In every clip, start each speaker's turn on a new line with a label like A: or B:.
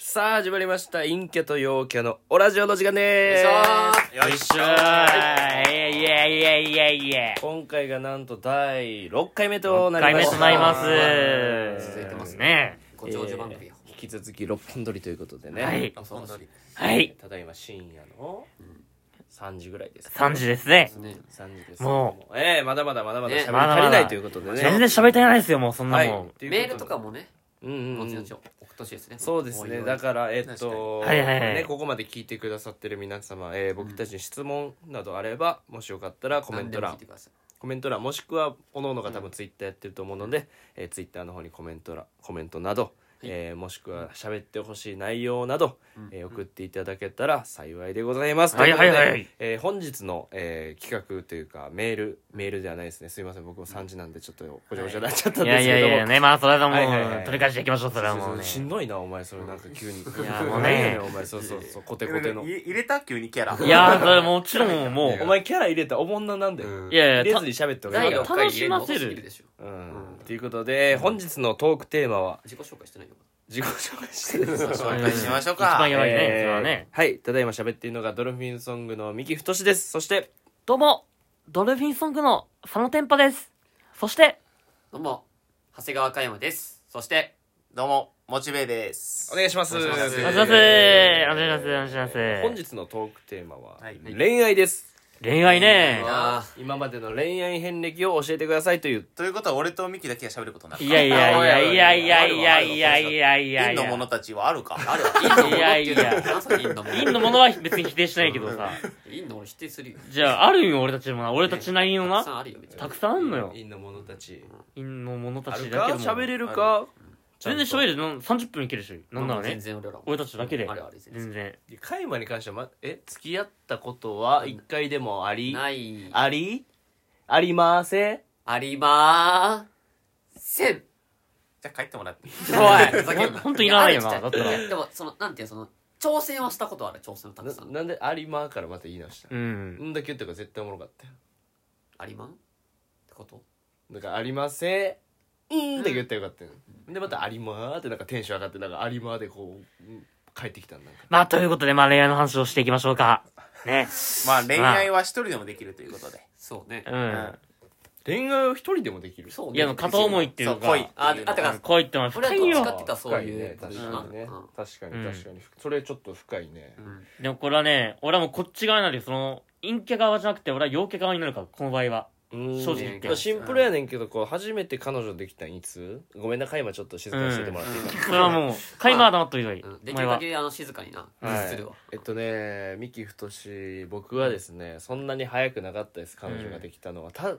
A: さあ始まりました陰キャと陽キャのオラジオの時間でー
B: よいしょー
C: イエイ
A: 今回がなんと第6回目となりました。
C: 6回目となります
B: 続いてます
C: ね。
B: ご長寿番組よ。
A: 引き続き6本撮りということでね、
C: はい
B: 本撮り
C: はい
A: ただいま深夜の3時ぐらいです、
C: 3時ですね。
B: ね。
A: 3時です。
C: も
A: まだまだ喋り
B: ね
A: 足りないということでね、
C: 全然喋りたいないですよ、もうそんな
A: はい
C: もん。
A: ということで
B: メールとかもね、
A: うんうんうん
B: 後々送ってほしいですね。
A: そうですね。だから
C: はいはいはい
A: ね、ここまで聞いてくださってる皆様、僕たちに質問などあれば、もしよかったらコメント欄もしくは各々が多分ツイッターやってると思うので、ツイッターの方にコメントなど、もしくは喋ってほしい内容など、送っていただけたら幸いでございます。
C: はいはいはい
A: ということで本日の、企画というかメールではないですね。すいません、僕も3時なんでちょっとごちゃごちゃになっちゃったん
C: い
A: ですけども、
C: やいやいやね、まあそれはも
A: はいはいはいう
C: 取り返していきましょう、それはもうね。
A: しんどいなお前、それなんか急に。い
C: やもうね
A: お前そうコテコテの。
D: 入れた急にキャラ。
C: いやそれもちろんもう、
A: お前キャラ入れたおもんななんだよ。
D: うん
C: いやいや、
A: 入れずに喋ってお
B: 第
A: けば
B: 6回
C: 楽しませる
B: でしょ。
A: ということで本日のトークテーマは
B: 自己紹介してないよ。
A: 自己紹介してです。
D: 紹介しましょう
C: 一
D: か。
C: 番やばいね、それはね。
A: はい、ただいま喋っているのがドルフィンソングの三木太志です。そして
C: どうも、ドルフィンソングの佐野天パです。そして、
B: どうも、長谷川嘉山です。そして、
D: どうも、モチベです。
A: お願いします。
D: お願いします
C: お願いします。お願いします。お願いします。
A: 本日のトークテーマは
D: はい
A: 恋愛です。
C: 恋愛ね。
B: あ
A: 今までの恋愛遍歴を教えてくださいという。
D: ということは、俺とミキだけが喋ることになる。
C: いやいやいやいやいやいやいやいやいやいや。
D: 陰の者たちはあるか。
B: あるわ。陰のもの
C: いやいや
B: 何それ陰のもの。
C: 陰のものは別に否定してないけどさ。
B: 陰のもの否定するよ。
C: じゃあ、あるよ、俺たちもな。俺たちなりのな。
B: たくさんあるよ、別に
C: たくさんあんのよ。
A: 陰の者たち。
C: 陰の者た
A: あるか
C: ちだけども。
A: 喋れるか。
C: 全然喋る。30分いけるし。なんなら
B: 全
C: ね。
B: 然俺らも。
C: 俺たちだけで
B: あるある、全然。
C: 全然。
A: カイマに関しては付き合ったことは一回でもあり
B: ない。
A: ありません。
B: ありまーせん。
D: じゃあ帰ってもらっていい？
B: おい、ふざけんな。
C: ほんといらないよな
B: やある
C: だったら
B: でも、なんていうの、挑戦はしたことある、挑戦をたくさん。
A: なんでありまからまた言い直した。
C: うん。
A: んだけ言ったから絶対おもろかったよ。
B: ありまんってこと
A: だからありませんだけ言ったらよかったよ。でまたありまーってなんかテンション上がってなんかありまーでこう帰ってきたんなんか。
C: まあ、ということで、まあ、恋愛の話をしていきましょうか。ね。
D: まあ、恋愛は一人でもできるということで。
B: そうね。
C: うん。
A: 恋愛を一人でもできる。
B: そうね。
C: いや、片思いっていう
D: そう、
C: か。
D: 恋。
B: あ、だから、
C: 恋ってのは
B: 俺は
C: 深いよ
B: どっちかって言ったらそういう
A: 深いね。確
B: ことだな
A: かにね。
B: うん
A: 確かに確かに。それちょっと深いね。
C: でもこれはね、俺はもうこっち側になるよ。その、陰キャ側じゃなくて、俺は陽キャ側になるから、この場合は。正直言って
A: シンプルやねんけど、こう初めて彼女できたんいつ？ごめんな、カイマちょっと静かにしててもらっていいかな。
C: それはもう、カイマー黙っといたいい。
B: で
C: お前は。
B: きるだけ静かにな、するわ。
A: 三木太志、僕はですね、そんなに早くなかったです、彼女ができたのは。高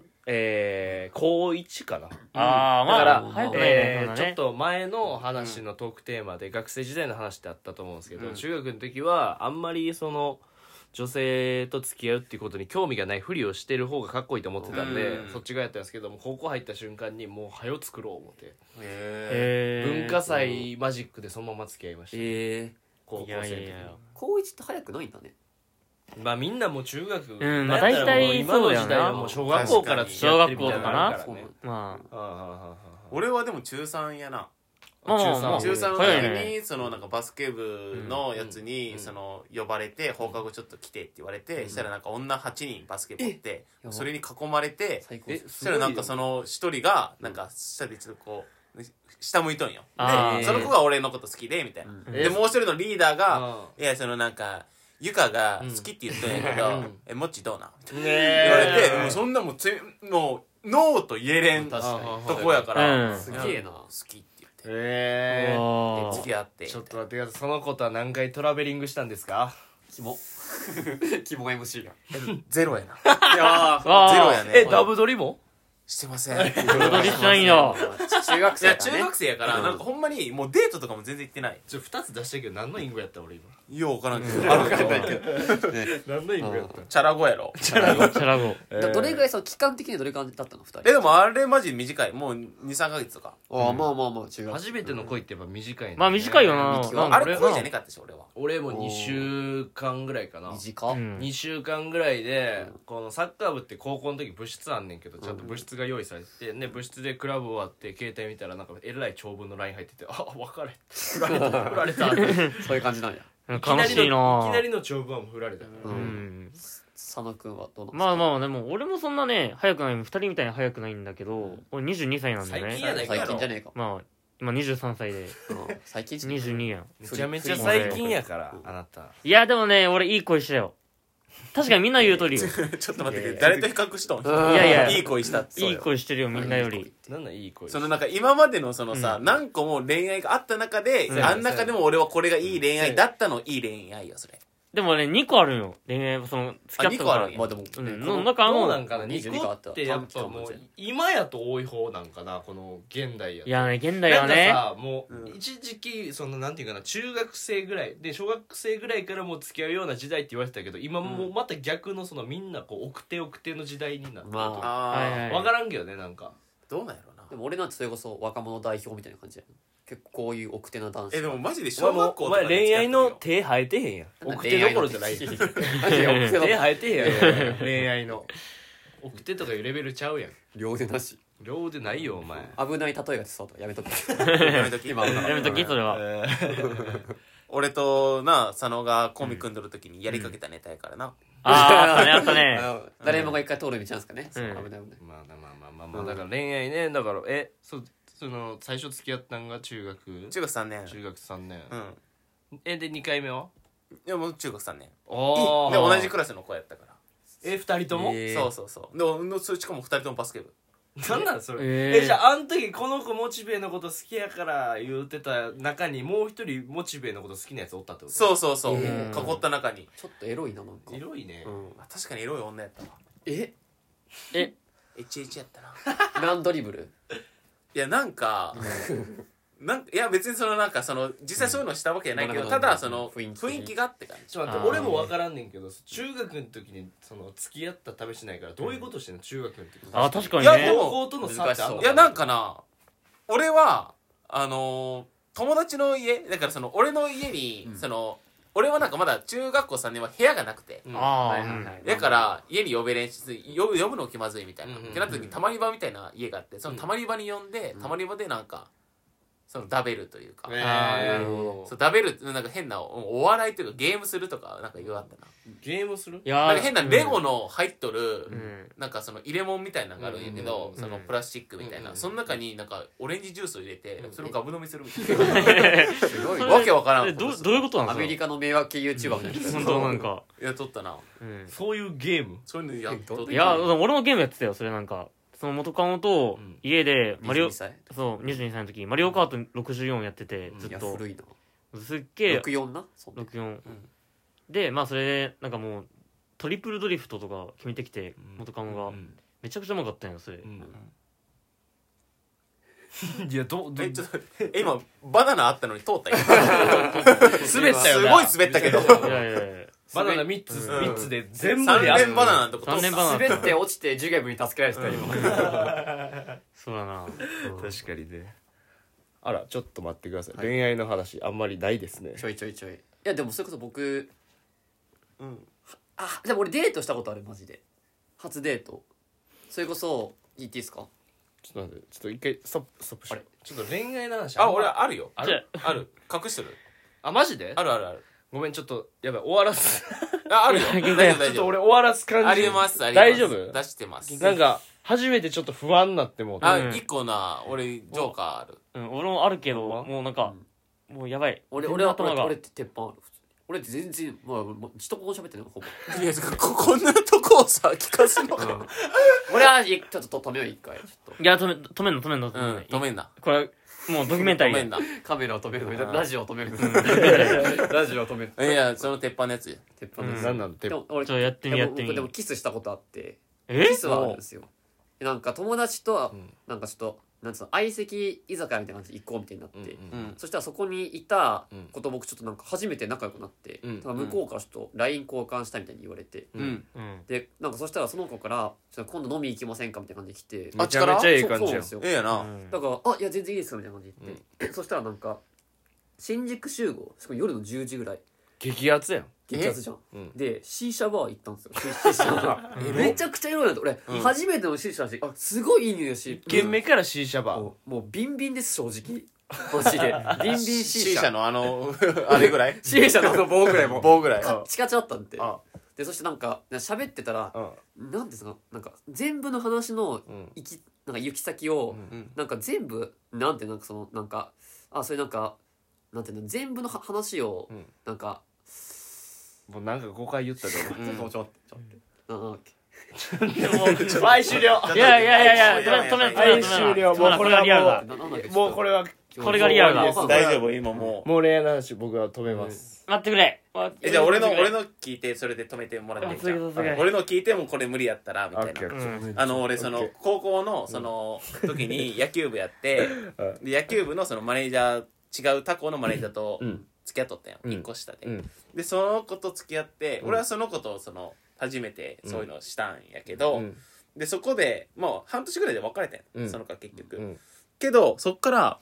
A: 1かな。
C: ああ、ま
A: だから
C: あ、早くないね、そんなね。
A: ちょっと前の話のトークテーマで学生時代の話ってあったと思うんですけど、中学の時はあんまりその女性と付き合うっていうことに興味がないふりをしてる方がかっこいいと思ってたんで、そっち側やったんですけども、高校入った瞬間にもう早を作ろう思って文化祭マジックでそのまま付き合いました、高校
C: いやい
A: 生の時に
C: やいや。
B: 高一って早くないんだね。
A: まあみんなもう中学、
C: うんまあ
A: なんやったらもう
C: 大体
A: 今の時代はもう小学校から付き合ってるみたいなのあるからね。
C: まあ、
D: 俺はでも中3やな。
C: まあまあまあ
D: 中3の
C: 早い
D: 時
C: ね。
D: に、そのなんかバスケ部のやつに、その呼ばれて、放課後ちょっと来てって言われて、したらなんか女8人バスケ部って、それに囲まれて、
B: 最高。
D: そしたらなんかその1人が、なんか下でちょっとこう、下向いとんよ。
C: あー
D: で、その子が俺のこと好きで、みたいな。で、もう一人のリーダーが、いや、そのなんか、ゆかが好きって言ったんやけど、もっちどうなんみたいな言われて、もうそんなもうもう、ノーと言えれんとこやから、
C: うん
B: すげえな。
D: 好きって言って。
C: おー
D: 付き合って。
A: ちょっと待ってください、その子とは何回トラベリングしたんですか？
B: キモ。キモ MC が。
D: ゼロやな。
B: いやー、
C: あー
D: ゼロやね。
A: ダブドリも？
D: してません。い
C: 踊りしないんだ。
B: 中学生
D: や、
B: だね。
D: 中学生やから、なんかほんまに、もうデートとかも全然行ってない。
A: 2つ出したけど何のインゴやった俺今。
D: よう分からんけどあるけど
A: 何の意味やった
D: チャラ語やろ
C: チャラ語
B: どれぐらいその期間的にはどれぐらいだったの2人
D: でもあれマジ短いもう 2,3 ヶ月とか
B: ああまあまあまあ違う
A: 初めての恋ってやっぱ短いね
C: まあ短いよな
B: 短
D: あれ恋じゃねえかったし俺は
A: 俺も2週間ぐらいかな
B: 短っ
C: うん
A: 2週間ぐらいでこのサッカー部って高校の時部室あんねんけどちゃんと部室が用意されててね部室でクラブ終わって携帯見たらなんかえらい長文の LINE 入っててあ別れ振られた振られたって
B: そういう感じなんや
C: 悲しいない
A: きなりの長文はもう振られた
C: う
B: うん
C: ん
B: 佐野くんはどうなんですか
C: まあまあでも俺もそんなね早くない2人みたいに早くないんだけど俺22歳なんだよね
A: 最近やないか
B: 最近じゃねえか
C: まあ今23歳で
B: うん最近じゃねえ
C: 22やん
A: めちゃめちゃ最近やからあなた
C: いやでもね俺いい恋したよ確かにみんな言う通りよ
D: ちょっと待ってくれ誰と比較しとん
C: いやいや
D: いい恋したって
C: いい恋してるよみんなより
A: なんなんいい声
D: そのなんか今までのそのさ、何個も恋愛があった中で、
C: うん
D: あん中でも俺はこれがいい恋愛だったのいい恋愛よそれ
C: でもね2個あるよ恋愛その付き合ったから
D: あ二個あるんや
B: まあでも
C: うん
B: ね
C: の中の
A: どうなんかな
B: 22
A: 2個ってやっぱもう今やと多い方なんかなこの現代やと
C: いやね現代はね
A: なんかさもう
D: うん
A: 一時期そのなんていうかな中学生ぐらいで小学生ぐらいからもう付き合うような時代って言われてたけど今もうまた逆のそのみんなこう奥手奥手の時代になってる
B: ま
D: あー、
C: はいはい
A: 分からんけどねなんか
D: どうなんやろな
B: でも俺なんてそれこそ若者代表みたいな感じや結構こういう奥手な男子
D: でもマジで
A: お前も
D: 小学校とか
A: お前恋愛の
D: で
A: 手生えてへんやん
B: なんだ
A: 奥手どころじゃない
B: 恋
A: 手
B: 愛の手の
A: 生えてへんやん恋愛の奥手とかいうレベルちゃうやん
B: 両手なし
A: 両腕ないよお前
B: 危ない例えが出そうとやめとく
D: 付き合ってるやめとき
B: 今
C: やめときそれは
D: 俺とな佐野がコンビ組んどる時にやりかけたネタやからな、
C: あーあったね
B: あの誰もが一回通る道なんですかねそう
C: うん
B: 危ない危ない
A: まあまあまあまあまあだから恋愛ねだからその最初付き合ったんが中学
D: 中学3年
A: 中学3年
D: うん
A: で2回目はい
D: やもう中学3年
A: お
D: で同じクラスの子やったから
A: 2人とも
D: そうそうそうでしかも2人ともバスケ部
A: なんなんそれじゃああん時この子モチベのこと好きやから言うてた中にもう一人モチベのこと好きなやつおったってこと
D: そうそうそう、
B: うん
D: 囲った中に
B: ちょっとエロいななんか
A: エロいね
B: うん
D: あ確かにエロい女やったわ
B: え
C: え
D: エチエチやったな
B: ランドリブル
D: いやなんかいや別にそのなんかその実際そういうのしたわけじゃないけど、
B: うん
D: ただその
B: 雰囲気
D: 雰囲気がって感じ
A: ちょっと待って
C: あー
A: 俺も分からんねんけど中学の時にその付き合った試しないからどういうことしてんの中学の時
C: あ確かに
D: いや
C: ね
D: もう
A: 高校との差ってあんの
D: いやなんかな俺は友達の家だからその俺の家に、その俺はなんかまだ中学校3年は部屋がなくて、
A: うん
C: ああ
B: はいはいはい
D: だから家に呼べれんし呼ぶの気まずいみたいな、
A: うんうんうん
D: ってなった時にたまり場みたいな家があってそのたまり場に呼んで、たまり場でなんかそのダベルというか、
A: あーなるほど
D: そうダベルってなんか変なお笑いというかゲームするとかなんか言わあったな、
A: ゲームする
C: いや
D: なんか変なレゴの入っとる、
C: うん
D: なんかその入れ物みたいなのがあるんやけど、
A: うん
D: そのプラスチックみたいな、
A: うん
D: その中になんかオレンジジュースを入れて、
A: うん
D: それをガブ飲みするみたいな
B: すごい
D: わけわからん
C: えどういうことなの
B: アメリカの迷惑系 YouTuber みたいな
C: 本当なんか
D: やっとったな
C: うん
A: そういうゲーム
D: そういうのやっとった
C: いや俺もゲームやってたよそれなんかその元カノと
A: うん
C: 家でマリオ
B: 22歳
C: そう22歳の時マリオカート64やってて
A: うん
B: いや
C: ずっと
B: 古いな
C: すっげえ
B: 64なそんな
C: 64でまあそれでなんかもうトリプルドリフトとか決めてきて元カノが
A: うん
C: めちゃくちゃうまかったんよそれ
A: うんいやど
D: ちょっと今バナナあったのに通ったよ
A: 滑ったよな
D: すごい滑ったけど
C: いやいやいや
A: バナナ3つ
D: うん
A: 3つで全部
D: 3
A: であ
D: 連バナナのとこ通った
C: 三連バナナ
B: 滑って落ちてジュゲブに助けられてたよ今
C: そうだな
A: 確かにねあらちょっと待ってください恋愛の話あんまりないですね
B: ちょいちょいちょいいやでもそれこそ僕
D: うん
B: あでも俺デートしたことあるマジで初デートそれこそ言っていいですか
A: ちょっと待ってちょっと一回ストップしようちょっと恋愛の話
D: あ俺あるよ
A: ある
D: ある隠してる
A: あマジで
D: あるあるある
A: ごめんちょっとやばい終わらす
D: あるよ大丈夫
C: ちょっ
A: ちょっと
D: 大丈夫
A: 俺終わらす感じ
D: ありますあります
A: 大丈夫
D: 出してます
A: なんか初めてちょっと不安になってもう
D: あ
C: うん
D: 一個な俺ジョーカーある
C: うん俺もあるけど
A: ほんま
C: もうなんかもうやばい
B: 俺
C: 全然
B: は
C: 頭が
B: 俺って鉄板ある普通に俺って全然まあ一言も喋ってないほぼ
D: いやこんなとこをさ聞かすのか
B: 俺はちょっと止めよう一回ちょっ
C: いや止めんの
D: うん止めんな
C: これもうドキュメンタリー
D: 止めんな
B: とカメラを止める
D: うん
B: ラジオを止めるラジオを止める
D: いやその鉄板のやつや
B: 鉄板です
A: 何なのて
B: でも俺
C: ちょやってみやってみ
B: 僕でもキスしたことあって
C: え
B: キスはあるんですよなんか友達とは
A: ん
B: なんかちょっとなんつうの相席居酒屋みたいな感じで行こうみたいになって、
D: うん
B: そしたらそこにいた子と僕ちょっとなんか初めて仲良くなって、
A: うん
B: だから向こうからちょっと LINE 交換したみたいに言われて、
D: うん
B: でなんかそしたらその子から「今度飲み行きませんか?」みたいな感じで来て、
A: めちゃめちゃええ感じやん
B: そうなんですよ。
D: ええやな
B: だから「あいや全然いいですか?」みたいな感じで言って、そしたらなんか新宿集合しかも夜の10時ぐらい
A: 激アツやん
B: 激アツじゃん、
A: うん
B: で C 社バー行ったんですよ。C 社バーめちゃくちゃ色々なって俺、初めての C 社だしすごいいい匂いだし、
A: 1軒目から C 社バー
B: もうビンビンです正直マジでビンビン C
D: C
B: 社
D: 社のあれぐらい
B: C 社の棒ぐらいも
D: 棒ぐらい
B: カッチカチだったんで
A: あ
B: でそしてなんか喋ってたら
A: うん
B: なんですかなんか全部の話のなんか行き先をなんか全部なんてなんかそのなんかそれなんかなんていうの全部の話をなんか
A: もうなんか5回言ったで
B: ちょっと待ってちょっと待ってなんだっけ
A: はい終了
C: いや止め
A: はい終了もうこれは
C: リアルだ
B: なんだっけ
A: もうこれは
C: これがリアルだ
A: です
D: 大丈夫今も
A: もう恋愛の話僕は止めます
C: 待ってくれ
D: じゃあ俺の聞いてそれで止めてもらっていいじゃん
C: すげえ
D: 俺の聞いてもこれ無理やったらみたい
A: オッケーオッケー
D: な俺その高校のその時に野球部やってで野球部のそのマネージャー違う他校のマネージャーと付き合っとったんよ1個下ででその子と付き合って俺はその子とその初めてそういうのをしたんやけどでそこでもう半年ぐらいで別れてんその子は結局けどそっから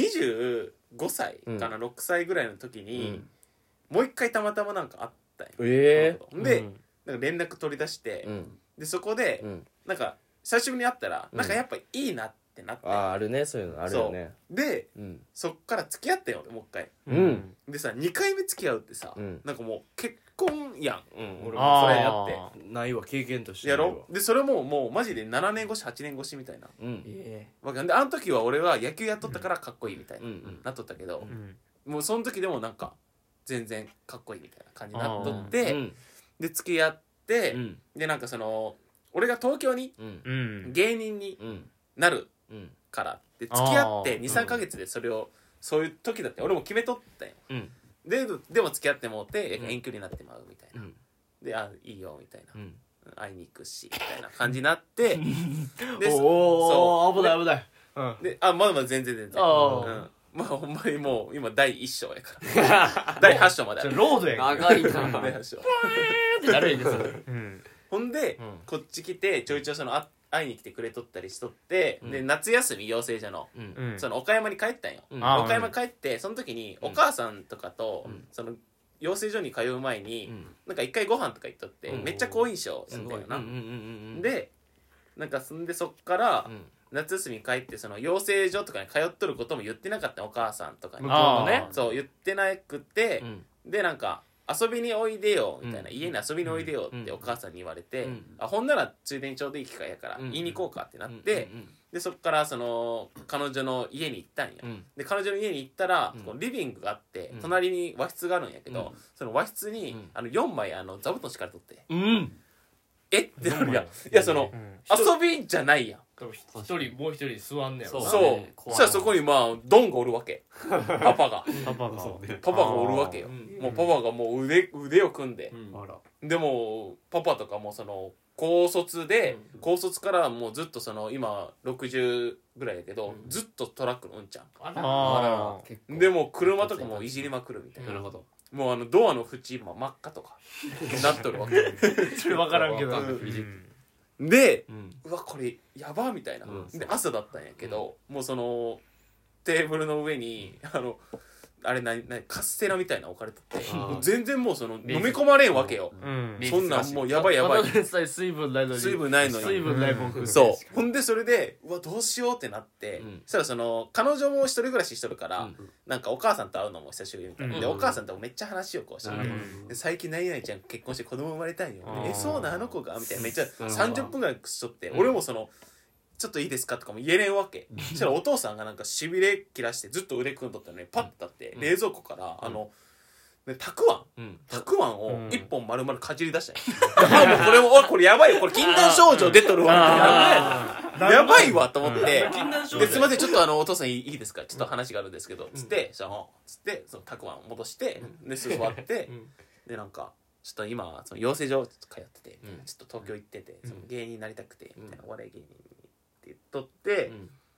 D: 25歳かな6歳ぐらいの時にもう一回たまたまなんかあったんよ
A: ええ
D: でなんか連絡取り出してでそこでなんか久しぶりに会ったらなんかやっぱいいなってなって
A: あるねそういうのあるよね
D: で
A: うん
D: そっから付き合ったよ俺もう一回
A: うん
D: でさ2回目付き合うってさなんかもう結婚やん
A: 俺も
C: あー
A: それやってないわ経験として
D: や
A: ないわ
D: ろでそれももうマジで7年越し8年越しみたいな
A: うん
D: わけであの時は俺は野球やっとったからかっこいいみたいな
A: うん
D: なっとったけど
C: うん
D: もうその時でもなんか全然かっこいいみたいな感じになっとっ
A: う
D: て
A: ん
D: で付き合って
A: うん
D: でなんかその俺が東京に
A: うん
C: うん
D: 芸人に
A: うん
D: なる
A: うん
D: からで付き合って
C: あー
D: 23ヶ月でそれをそういう時だって俺も決めとったんよ
A: うん
D: でも付き合ってもうて遠距離になってまうみたいな
A: うん
D: でいいよみたいな
A: うん
D: 会いに行くしみたいな感じになってで
A: おお危ない危ないうん
D: でまだまだ全然
A: あー
D: まあほんまにもう今第1章やから第8章まである
A: ロードやん
B: 長いな
D: 第8章
A: ってなるんですよ
C: うん
D: ほんで、こっち来てちょいちょいその会いに来てくれとったりしとって、で夏休み養成所の、
A: うん
D: その岡山に帰ったんよ、
C: あー
D: 岡山帰ってその時にお母さんとかと、その養成所に通う前に、なんか一回ご飯とか行っとって、めっちゃ好印象やったよな、でなんかそんでそっから、夏休み帰ってその養成所とかに通っとることも言ってなかったお母さんとかに
A: 向こうのね
D: そう言ってなくて、でなんか遊びにおいでよみたいな、家に遊びにおいでよってお母さんに言われて、ほんならついでにちょうどいい機会やから言いに行こうかってなって、でそっからその彼女の家に行ったんや、で彼女の家に行ったら、こうリビングがあって、隣に和室があるんやけど、その和室に、4枚座布団敷かれとってえってなるやんいやその、遊びじゃないやん
A: 一人もう一人座んねやろ
D: そう
B: ね
D: そしたらそこにドンがおるわけパパが
C: パパが
D: パパがおるわけよ、もうパパがもう腕を組んで、
B: あら
D: でもパパとかもその高卒で、高卒からもうずっとその今60ぐらいやけど、ずっとトラックのうんちゃん
C: あ
B: 結構
D: でも車とかもいじりまくるみたいな、
B: なるほど
D: もうドアの縁真っ赤とかなっとるわけ
A: それ分からんけど
B: わかんない
D: で、
A: うん
D: うわこれやばみたいな、
A: うん
D: で朝だったんやけど、もうそのテーブルの上にあれカステラみたいなの置かれとってもう全然もうその飲み込まれんわけよ、
C: うん
D: そんなんもうやばいやばい
A: ただでさえ水分ないのに
D: 水分ないのに
A: 水分ないもん食う
D: そうほんでそれでうわどうしようってなって、そしたらその彼女も一人暮らししとるから、なんかお母さんと会うのも久しぶりみたいな、でお母さんともめっちゃ話をこうしてて、で最近何々ちゃん結婚して子供生まれたんよ、そうなあの子がみたいなめっちゃ30分ぐらいしとって、俺もそのちょっといいですかとかも言えれんわけ、そしたらお父さんがなんかしびれ切らしてずっと腕組んどったのにパッと立って冷蔵庫からたくあんを一本丸々かじり出したんよ、もうこれもこれやばいよこれ禁断症状出とるわみたいなやばいわと思ってですいませんちょっとお父さんいいですかちょっと話があるんですけどつってそのたくあんを戻してで座ってでなんかちょっと今その養成所通っててちょっと東京行っててその芸人になりたくてみたいなお笑い芸人って言っとって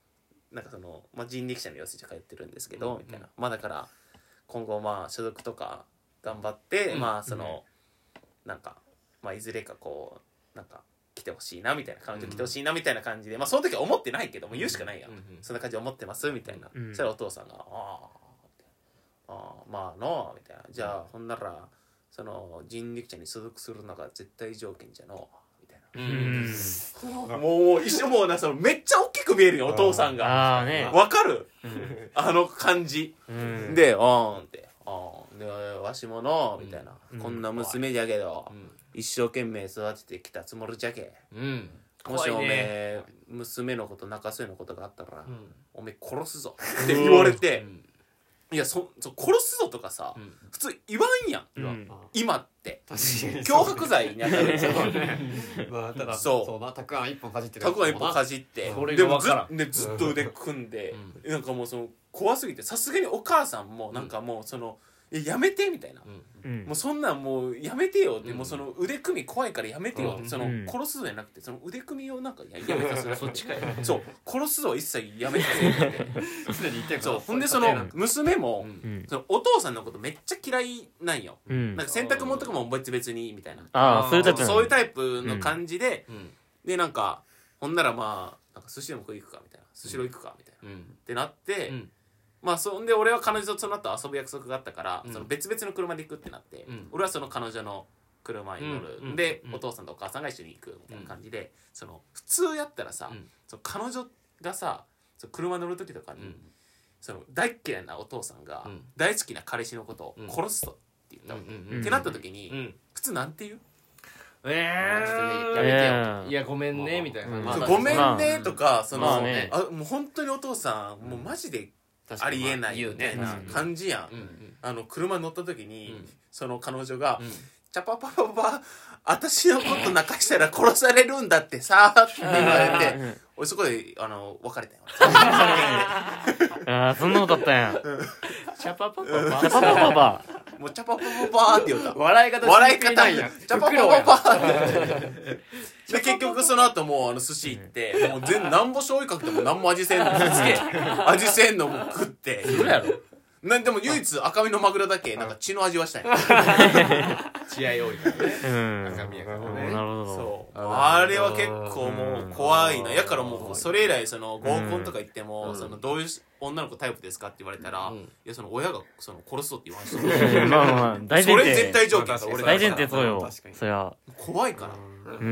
D: なんかその、まあ、人力車の養成所通ってるんですけど、みたいな、まあだから今後まあ所属とか頑張って、まあその、なんかまあいずれかこうなんか来てほしいなみたいな、彼女来てほしいなみたいな感じで、まあその時は思ってないけども言うしかないやん、そんな感じで思ってますみたいな、そしたらお父さんが「ああまあの」みたいな「じゃあほんならその人力車に所属するのが絶対条件じゃの」みたいな、もう一緒もうな、そのめっちゃ大きく見えるよお父さんが。
C: あーね
D: わかる、あの感じ、で「おーん」って「でわしもの」みたいな、こんな娘じゃけど、一生懸命育ててきたつもりじゃけ、もしおめえ娘のこと泣かすようなことがあったら、おめえ殺すぞって言われて、いや殺すぞとかさ、普通言わんやん、今って脅迫罪に当たるんですよ。
B: まあただ
D: そう
B: そうな、たくあん一本かじってる
D: たくあん一本かじって
A: これ
D: でも
A: が分からん
D: ずっと腕組んで、なんかもうその怖すぎて、さすがにお母さんもなんかもうそのやめてみたいな、もうそんなんもうやめてよって、もうその腕組み怖いからやめてよって、その殺すぞじゃなくてその腕組みをなんかやめさせるそっちかい、そう殺すぞは一切やめさせるって
B: 常に言ってる
D: そうほんでその娘も、そのお父さんのことめっちゃ嫌いなんよ、なんか洗濯物とかも別々にみたいな、
C: ああそういうタイプ
D: そういうタイプの感じで、でなんかほんならまあなんか寿司でも食い行くかみたいな、スシロー行くかみたいな、ってなって、まあそんで俺は彼女とその後遊ぶ約束があったから、その別々の車で行くってなって、俺はその彼女の車に乗る、で、お父さんとお母さんが一緒に行くみたいな感じで、その普通やったらさ、その彼女がさその車乗る時とかに、その大っ嫌いなお父さんが大好きな彼氏のことを殺すとって言ったわけ、ってなった時に、普通なんて言う？
B: やめてよ
A: いやごめんねみたいな、
D: ごめんねとか、その、
C: ね
D: もう本当にお父さんもうマジでありえないみたいな感じやん、車に乗った時に、その彼女が「チャパパパパ私のこと泣かしたら殺されるんだってさ」って言われて、俺そこで別れたよ
C: ああそんなことあったんや
A: チャパパパ
C: パパパパ
D: もうチャパパパパって言った
B: 笑い方
D: 笑い方
B: なんや
D: チャパパパパってで結局その後もう寿司行ってもうなんぼ醤油かけてもなんも味せんの味せんのも食って
A: どうやろ
D: でも唯一赤身のマグロだけなんか血の味はしたんや
A: 血合い多いからね赤身やからね
C: なるほど
D: そうあれは結構もう怖いな。やからもうそれ以来その合コンとか行っても、そのどういう女の子タイプですかって言われたら、いやその親がその殺すぞって言わんし
C: まあまあ大前提
D: それ絶対条件だ俺
C: 大前提そうよ
B: 確かに
C: そりゃ
D: 怖いから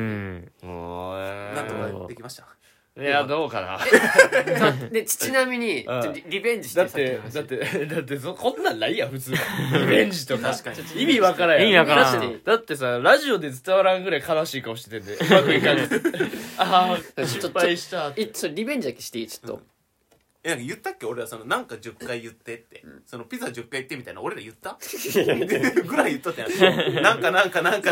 D: なんとかできました。
A: いやどうかな
B: でちなみにリベンジして
A: だってこんなんないやん普通リベンジとか意味わからんやん
C: 意味わからん
A: だってさラジオで伝わらんぐらい悲しい顔しててんでうまくいかずああ失敗した
B: それリベンジだけしていいちょっと
D: なんか言ったっけ俺はそのなんか10回言ってって、そのピザ10回言ってみたいな俺ら言ったぐらい言っとったやん。なんかは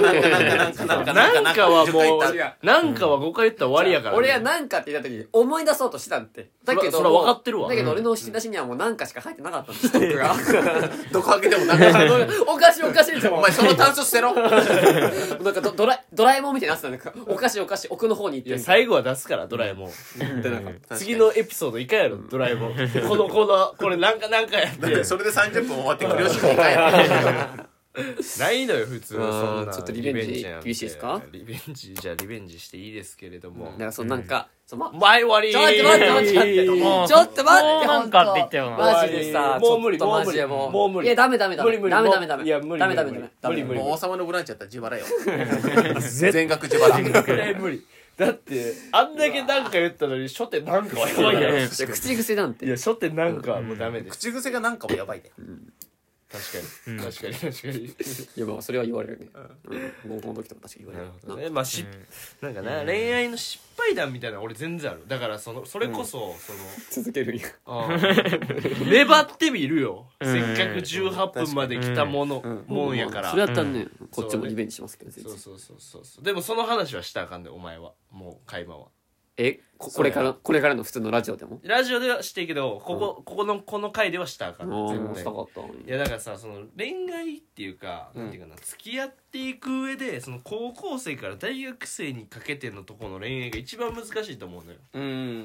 A: もうなんかは5回言ったら終わりやから
B: 俺はなんかって言った時に思い出そうとしたんってだけど
A: そら分かってるわ
B: だけど俺の引き出しにはもうなんかしか入ってなかったんです僕が
D: どこ開けてもなんか
B: おかしいじゃん
D: お前その炭素捨てろ
B: なんかドラえもんみたいになってたんだおかしい奥の方に行って
A: いや最後は出すからドラえもん次のエピソードいかんやろドラえもんこれなんかやって
D: それで30分終わってくるよしかいかんや
A: ないのよ普通そんな
B: ちょっとリベンジ厳しいですか
A: リベンジじゃあリベンジしていいですけれども
B: だからそのなんか
A: 前終わり
B: ちょっと待って
C: もう
B: ちょっと待って
C: なんかって言ったよな
B: マジでさ
A: もう無理
B: ちょっとマジでも
A: もう無理
B: いやダメ
A: 無理
B: いや無理
A: 無理
B: 無理
D: もう王様のブランチやったら自腹よ全額自腹
A: 絶対無理だってあんだけなんか言ったのに初手なんかはやばいやろ
B: 口癖なんて
A: いや初手なんかはもうダメです
D: 口癖がなんかもやばいで
A: 確かに
B: いやまあそれは言われるね合コンの時とか確かに言われる
A: なるほどねまあなんかな恋愛の失敗談みたいなの俺全然あるだからそれこそ
B: 続けるんや
A: 粘ってみるよせっかく18分まで来たもんやから
B: それやったらねこっちもリベンジしますけど
A: そうでもその話はしたらあかんでお前はもう会話は
B: これからの普通のラジオでも
A: ラジオではしていいけどこの回ではしたらあかん絶対
B: したかった
A: いやだからさその恋愛っていうか、なんていうかな付き合っていく上でその高校生から大学生にかけてのところの恋愛が一番難しいと思うのよ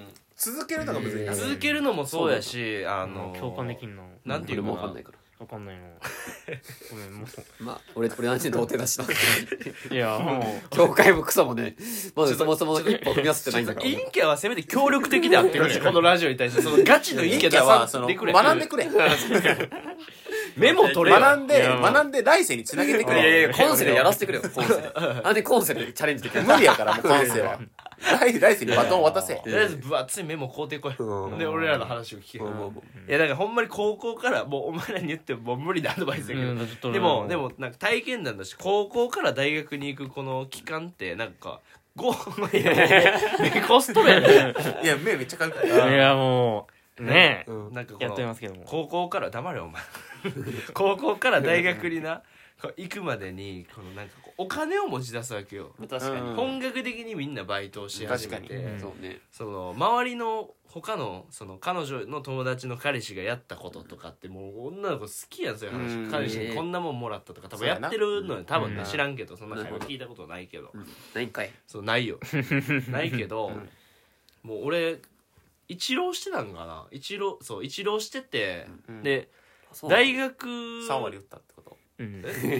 D: 続けるのがむずいな。
A: 続けるのもそうやし
C: 共感できんの
A: なんていうのかな
B: わかんないから
C: わかんないのごめんも
B: まあ俺何時童貞だしな
C: ういやも
B: 教会もクソもねまずそもそも一歩踏み出せてないんだから
A: 陰キャはせめて協力的であってくれこのラジオに対してそのガチの陰キャ出
D: はその
A: さでくれ
D: 学んでくれ。
A: メモ取れよ
D: 学んで来世につなげてく
B: いやい
D: れ。
B: や今世でやらせてくれよ今世でなんで今世でチャレンジできる
D: 無理やからもう今世は。来世にバトンを渡せ。
A: とりあえず分厚いメモ買うてこいで俺らの話を聞けい
B: も
A: やだからほんまに高校からもうお前らに言ってももう無理なアドバイスだけど
C: ちょっと
A: でもなんか体験談だし高校から大学に行くこの期間ってなんかいやコストやね
D: いや目めっちゃかゆくて。
C: いやもうねえ
A: なんかこ
C: やって
A: の
C: ますけども
A: 高校から黙れお前高校から大学になこう行くまでにこのなんかこうお金を持ち出すわけよ
B: 確かに
A: 本格的にみんなバイトをし始めて
D: 確か
C: に
B: そうね
A: その周りの他のその彼女の友達の彼氏がやったこととかってもう女の子好きやんそういう話彼氏にこんなもんもらったとか多分やってるのよ多分ね知らんけどそんな会話聞いたことないけど
B: ないんかい
A: そうないよないけどもう俺一浪してたんかな一浪しててで大学
D: 3割打ったってこと。
C: うん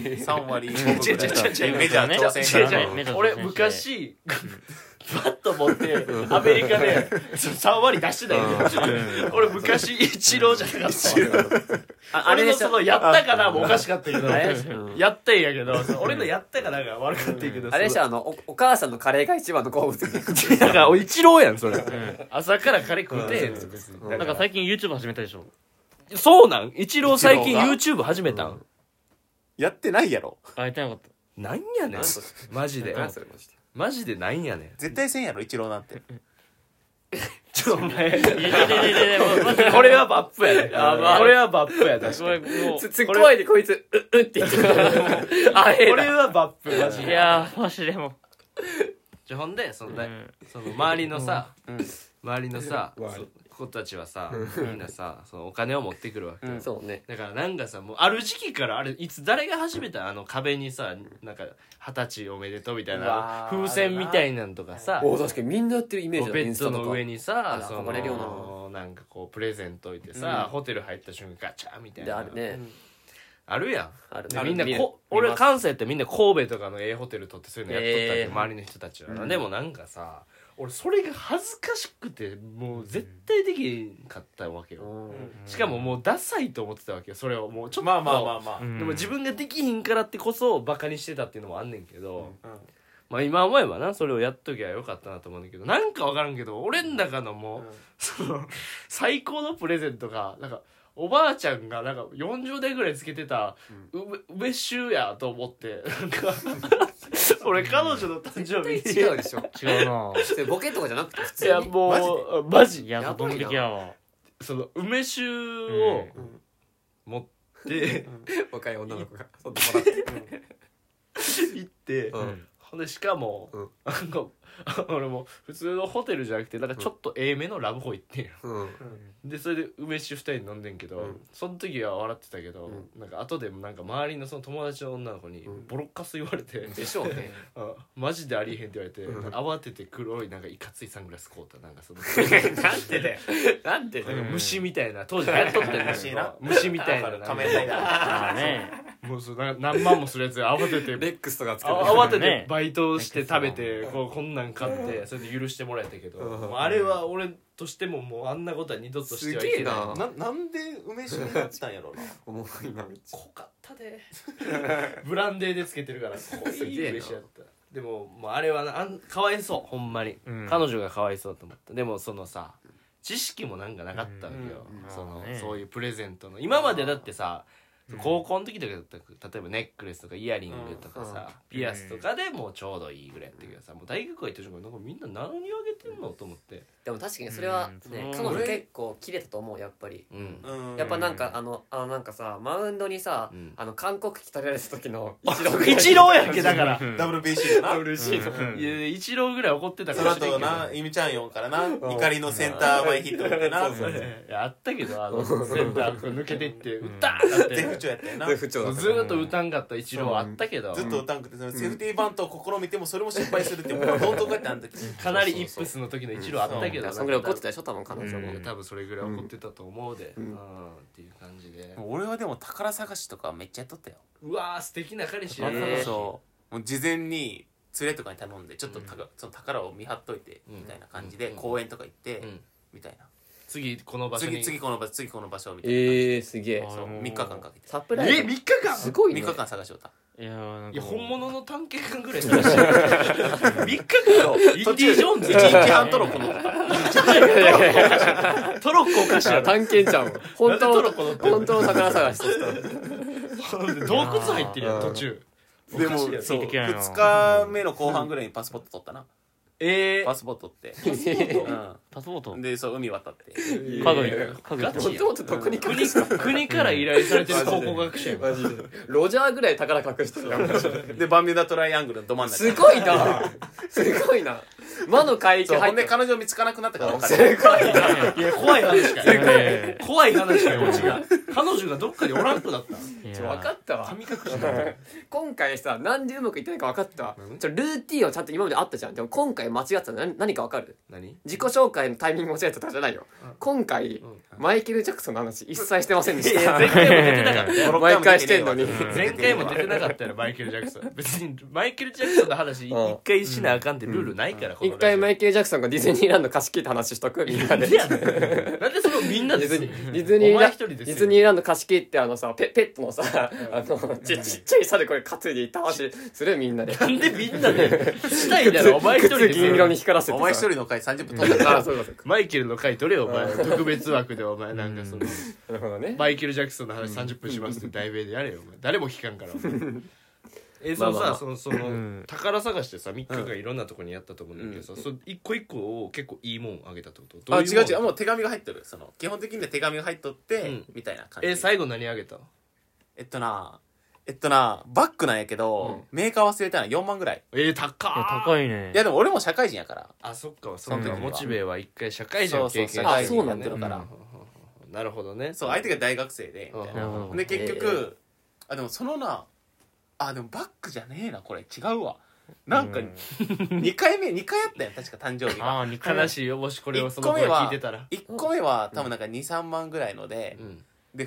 D: 3割。
A: 違う
D: メジャー挑戦
A: 違う
D: から
A: 違う
C: メジャー
A: 俺昔バット持ってアメリカで3割出してたよ俺昔一郎じゃなかった俺のそのやったかなもおかしかったけどやったんやけど俺のやったかなが悪かったんやけど
B: あれでしょお母さんのカレーが一番の好物
A: だから俺一郎やんそれ朝からカレー食うてへん別に
C: なんか最近 YouTube 始めたでしょ
A: そうなん一郎最近 YouTube 始めたん
D: やってないやろ。
C: あやってなかった
A: なんやねんマジで
B: 何それマジで
A: マジでなんやねん
D: 絶対せんやろ一郎なんて。
A: ちょお前
C: いやいや
A: これはバップやねこれはバップや確かに
C: もう
B: つっこいでこいつって言ってるあ
A: これはバップマジ
C: い
A: で
C: やマジでも
A: ほんでその
C: うん
A: 周りのさ子たちはさみんなさそのお金を持ってくるわけよ
B: そうね
A: だからなんかさもうある時期からあれいつ誰が始めた壁にさなんか20歳おめでとうみたいうな
D: わー
A: 風船みたいなんとかさ
B: お確かにみんなやってるイメージだ
A: ベッドの上にさ
B: あら憧れるよ
A: なんかこうプレゼント置いてさホテル入った瞬間ガチャンみたいな
B: であるね
A: あるやん
B: ある
A: でみんな
B: 見る
A: 俺関西ってみんな神戸とかのホテル取ってそういうのやっとったわけ、周りの人たちは、でもなんかさ俺それが恥ずかしくてもう絶対できんかったわけよ、しかももうダサいと思ってたわけよそれをもうちょっと
D: まあ。
A: でも自分ができひんからってこそバカにしてたっていうのもあんねんけど、まあ今思えばなそれをやっときゃよかったなと思うんだけどなんか分からんけど俺ん中のもう、その最高のプレゼントがなんかおばあちゃんがなんか40代ぐらいつけてた梅酒やと思ってなんか俺彼女の誕生日に
B: 違うでしょ
C: 違うな
B: それボケとかじゃなくて普通に
A: いやもうマジ
C: いやドン引きやわ
A: その梅酒を持って
B: 若い女の子がそんなもらって
A: 行ってほんでしかもなんか俺も普通のホテルじゃなくてなんかちょっとめのラブホ行ってんよでそれで梅酒2人飲んでんけど、その時は笑ってたけど、なんか後でもなんか周りのその友達の女の子にボロッカス言われて、
B: でしょうね
A: マジでありえへんって言われて、慌てて黒いなんかいかついサングラス買うたなんかその
B: なんでだよなんでだよ
A: 虫みたいな当時流行っとったんだけど虫みたいななんか
D: 仮面ライダー。
C: まあね
A: もうそう何万もするやつ慌てて
B: レックスとかつけて
A: 慌ててバイトして食べてこんなん買ってそれで許してもらえたけどもうあれは俺としてももうあんなことは二度としてはいけない
B: すげえ
D: なんで梅酒になったんやろうな。
B: おもろいなめっちゃ
A: 濃かったでブランデーでつけてるから濃い
B: すげえな
A: 梅酒やったでももうあれはなかわいそうほんまに、彼女がかわいそうと思ったでもそのさ知識もなんかなかったわけよ、そういうプレゼントの今までだってさ高校の時とかだったら例えばネックレスとかイヤリングとかさ、ピアスとかでもうちょうどいいぐらいやったけどさもう大学行った瞬間なんかみんな何をあげてんのと思って
B: でも確かにそれはね彼女結構キレたと思うやっぱりやっぱなんかなんかさマウンドにさ韓国着取られた時の
A: 一郎やんけだから
D: WBC でな。
A: いや一郎ぐらい怒ってた
D: その
A: かもしれんけど
D: 後なイミチャンヨンからな怒りのセンター前ヒット打ってな。
A: いやあったけどセンター抜けてって打ったーって
D: 不調やったよな。
B: 不調だった
A: ずーっと歌んかった一郎はあったけど、
D: ずっと歌んくて、そのセーフティーバントを試みてもそれも失敗するって、もうどんどんこうやってあん時
A: かなりイップスの時の一郎あったけど、
B: そんぐらい怒ってたでしょ多分彼女も
A: 多分それぐらい怒ってたと思うで、っていう感じで、
D: 俺はでも宝探しとかめっちゃやっとったよ。
A: うわー素敵な彼氏やな、
D: そうもう事前に連れとかに頼んでちょっとその宝を見張っといてみたいな感じで公園とか行ってみたいな、
A: 次この場所に
D: 次この場所みたいな。
B: すげえ
D: そう3日間かけて
B: サプライズ
A: 3日間
B: すごいね
D: 3日間探しよった。
C: いやーなんか
A: いや本物の探検官ぐらい探してる3日間インディ・ジョーンズ
D: 1日半トロッコの
A: トロッコおかしいやろ
B: 探検ちゃん本当
A: なんでトロッコ乗ってんの
B: 本当の宝探しとした
A: 洞窟入ってるやん途中
D: でも
A: おかしいやろ
D: そう
C: ついてきやんよ
D: 2日目の後半ぐらいにパスポート取ったな。パスポートって
C: パスポート
D: でそう海渡って
C: 家具
A: ガチやん
B: 本当どこに隠した
A: 国から依頼されてる考古学者やん
B: マジでロジャーぐらい宝隠してるやん
D: でバンミューダトライアングルのど真ん中
B: すごいなすごいな魔の海域
D: そうほんで
B: 入って
D: 彼女見つからなくなったから分か
B: す
D: る。
B: ごいない
A: や怖い話かよ
C: え
A: 怖い話かよオチが彼女がどっかにおらんくなった
C: ーいや
B: 分かったわ
A: 神隠しだ
B: 今回さなんでうまくいってないか分かったわルーティーンはちゃんと今まであったじゃん。でも今回間違ってたの何か分かる？
A: 何
B: 自己紹介のタイミング間違えたとかじゃないよ、今回、マイケル・ジャクソンの話一切してませんでした
A: 前回も出てなかったよ
B: 毎回してんのに
A: 前回も出てなかったよマイケル・ジャクソン別にマイケル・ジャクソンの話一回しなあかんってルールないからこの
B: 一回マ
A: イ
B: イケル・ジャクソンがディズニーランド貸し切った話しとくみんなで
A: なんでそのみんなで
B: ディズニー
A: お前一人ですよ
B: ディズニーランド貸し切ってさペットのさちっちゃい猿これ担いでいた話するみんなで
A: なんでみんなでしたいだろお前一人で
B: 靴銀色に光らせてさ
D: お前一人の回30分取ったから
B: そうかそうか
A: マイケルの回取れよお前特別枠でお前なんかその
B: なるほどね
A: マイケル・ジャクソンの話30分しますって題名でやれよお前誰も聞かんからお前そのさその宝探してさ3日間いろんなとこにやったと思うんだけどさそ一個一個を結構いいもんあげたってことどういうもん
D: 違うもう手紙が入っとる。その基本的には手紙が入っとってみたいな感じ。
A: 最後何あげた
D: バッグなんやけどメーカー忘れたの4万ぐらい。
A: 高っ
C: いや高いね
D: いやでも俺も社会人やから。
A: あそっかその時
D: うん
A: モチベは一回社会人を経験して
D: そうそう社会人
B: そうなんだ
D: やってるから。
A: なるほどね
D: そう相手が大学生でみたいな。
C: うん
D: で結局でもそのでもバッグじゃねえなこれ違うわ。なんか2回あったよ確か誕生日が。
C: ああ2回
A: 悲しいよもしこれをそ
D: 1
A: の子が聞
D: 個目はい
A: てたら
D: 1個目は多分なんか23万ぐらいのでで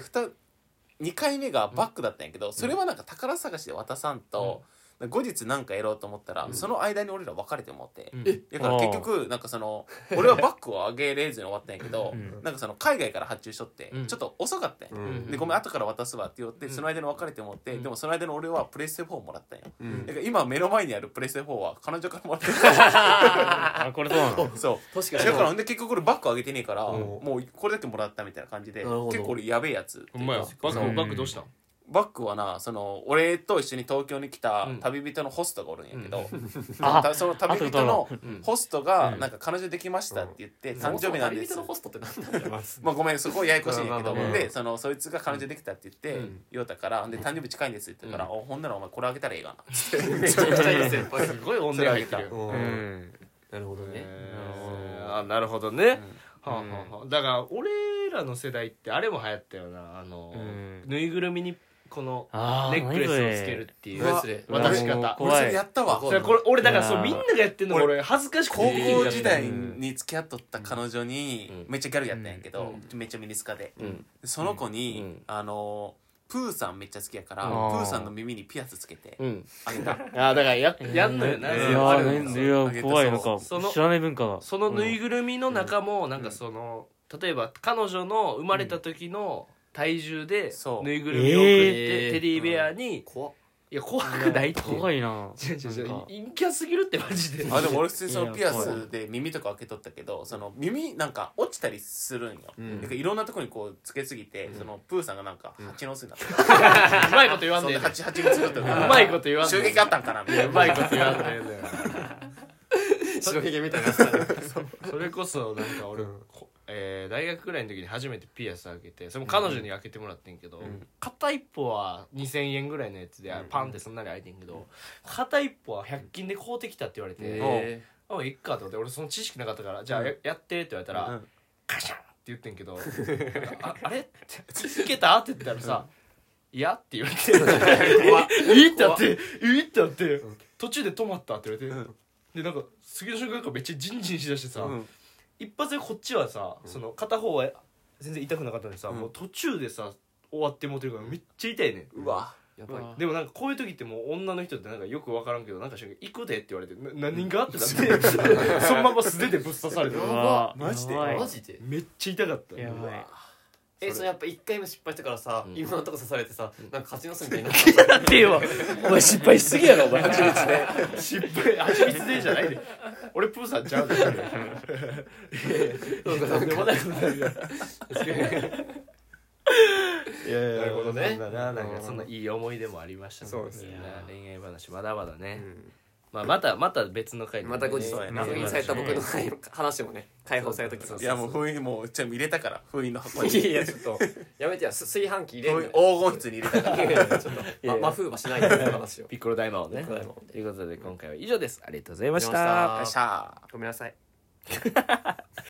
D: 2回目がバッグだったんやけどそれはなんか宝探しで渡さんと後日なんかやろうと思ったらその間に俺ら別れてもってだから結局なんかその俺はバッグをあげれずに終わったんやけどなんかその海外から発注しとってちょっと遅かったんやでごめん後から渡すわって言ってその間に別れてもってでもその間に俺はプレステ4もらったんよだから今目の前にあるプレステ4は彼女からもらってる
C: あこれそうなの
D: そう
B: 確かに
D: だからほんで結局俺バッグあげてねえからもうこれだけもらったみたいな感じで
B: なるほど
D: 結構俺やべえやつっていうか
A: お前バッグどうしたん
D: バッグはなその俺と一緒に東京に来た旅人のホストがおるんやけど、その旅人のホストがなんか彼女できましたって言って誕生日なんです、
B: 旅人のホストって何なんだよ
D: まあごめんそこややこしいんやけど
B: まあまあまあ
D: でそいつが彼女できたって言って言うたからで誕生日近いんですって言ったからほんならお前これあげたらええがなっつって
B: めちゃくちゃいい先輩
A: すごい音量入ってるよ
C: うん
B: なるほどね
A: なるほどねだから俺らの世代ってあれも流行ったよなぬいぐるみにこのネックレスをつけるっていう渡し方
D: 俺それやったわ
A: これ俺だからそうみんながやってんの俺恥ずかしく
D: 高
A: て
D: 校時代に付き合っとった彼女にめっちゃギャルやったんやけどめっちゃミニスカでその子にプーさんめっちゃ好きやからプーさんの耳にピアスつけてあげた
A: だからやんのよない
C: や怖いなんか知らない文化が
A: そのぬいぐるみの中もなんかその例えば彼女の生まれた時の体重でぬいぐるみを送ってテディベアにいや怖くないって
C: 怖いな
A: 陰キャすぎるってマジで
D: でも俺普通にそのピアスで耳とか開けとったけどその耳なんか落ちたりするんよだからいろんなとこにこうつけすぎてそのプーさんがなんか蜂の巣になって
A: うまいこと言わん
D: そん
A: ねえ
D: で蜂蜜作ってるから
A: うまいこと言わんね
D: 襲撃あったんかなみたいうな
A: まいこと言わんねえ
B: 白ひげみたいな
A: それこそなんか俺大学ぐらいの時に初めてピアス開けてそれも彼女に開けてもらってんけど片一方は2000円ぐらいのやつでパンってそんなに開いてんけど片一方は100均で買うてきたって言われてあいっかと思って俺その知識なかったからじゃあやってって言われたらカシャンって言ってんけどあれっていけたって言ったらさいやって言われていいってなっていいってなって途中で止まったって言われて、でなんか次の瞬間なんかめっちゃジンジンしだしてさ、一発でこっちはさその片方は全然痛くなかったのにさ、もう途中でさ終わってもうてるからめっちゃ痛いねん。
B: うわやばい。
A: でもなんかこういう時ってもう女の人ってなんかよく分からんけどなんか瞬間行くでって言われて何がってなってそのまま素手でぶっ刺されて
D: マジで
B: マジで
A: めっちゃ痛かった。
C: やばい。
B: それやっぱ1回目失敗してからさ、今のとこ刺されてさ、なんか勝ちのすみたいになっ
A: だってよお前失敗しすぎやろお前蜂蜜で失敗蜂蜜でじゃないで俺プーさんちゃうでとんでもないことないよいやいや
B: なるほどね。
A: なんかそんないい思い出もありましたね。
B: そうですね。
A: 恋愛話まだまだね。また別の回で
B: また後日封印された僕の話もね解放された時。
D: いやもう封印もうちゃん入れたから封印の箱に。
B: いやちょっとやめてや炊飯器入れる。
D: 黄金室に入れたから。
B: ちょっと魔風はしないで話を。
A: ピッコロ大魔王ね。ということで今回は以上です。ありがとうございました。
B: ごめんなさい。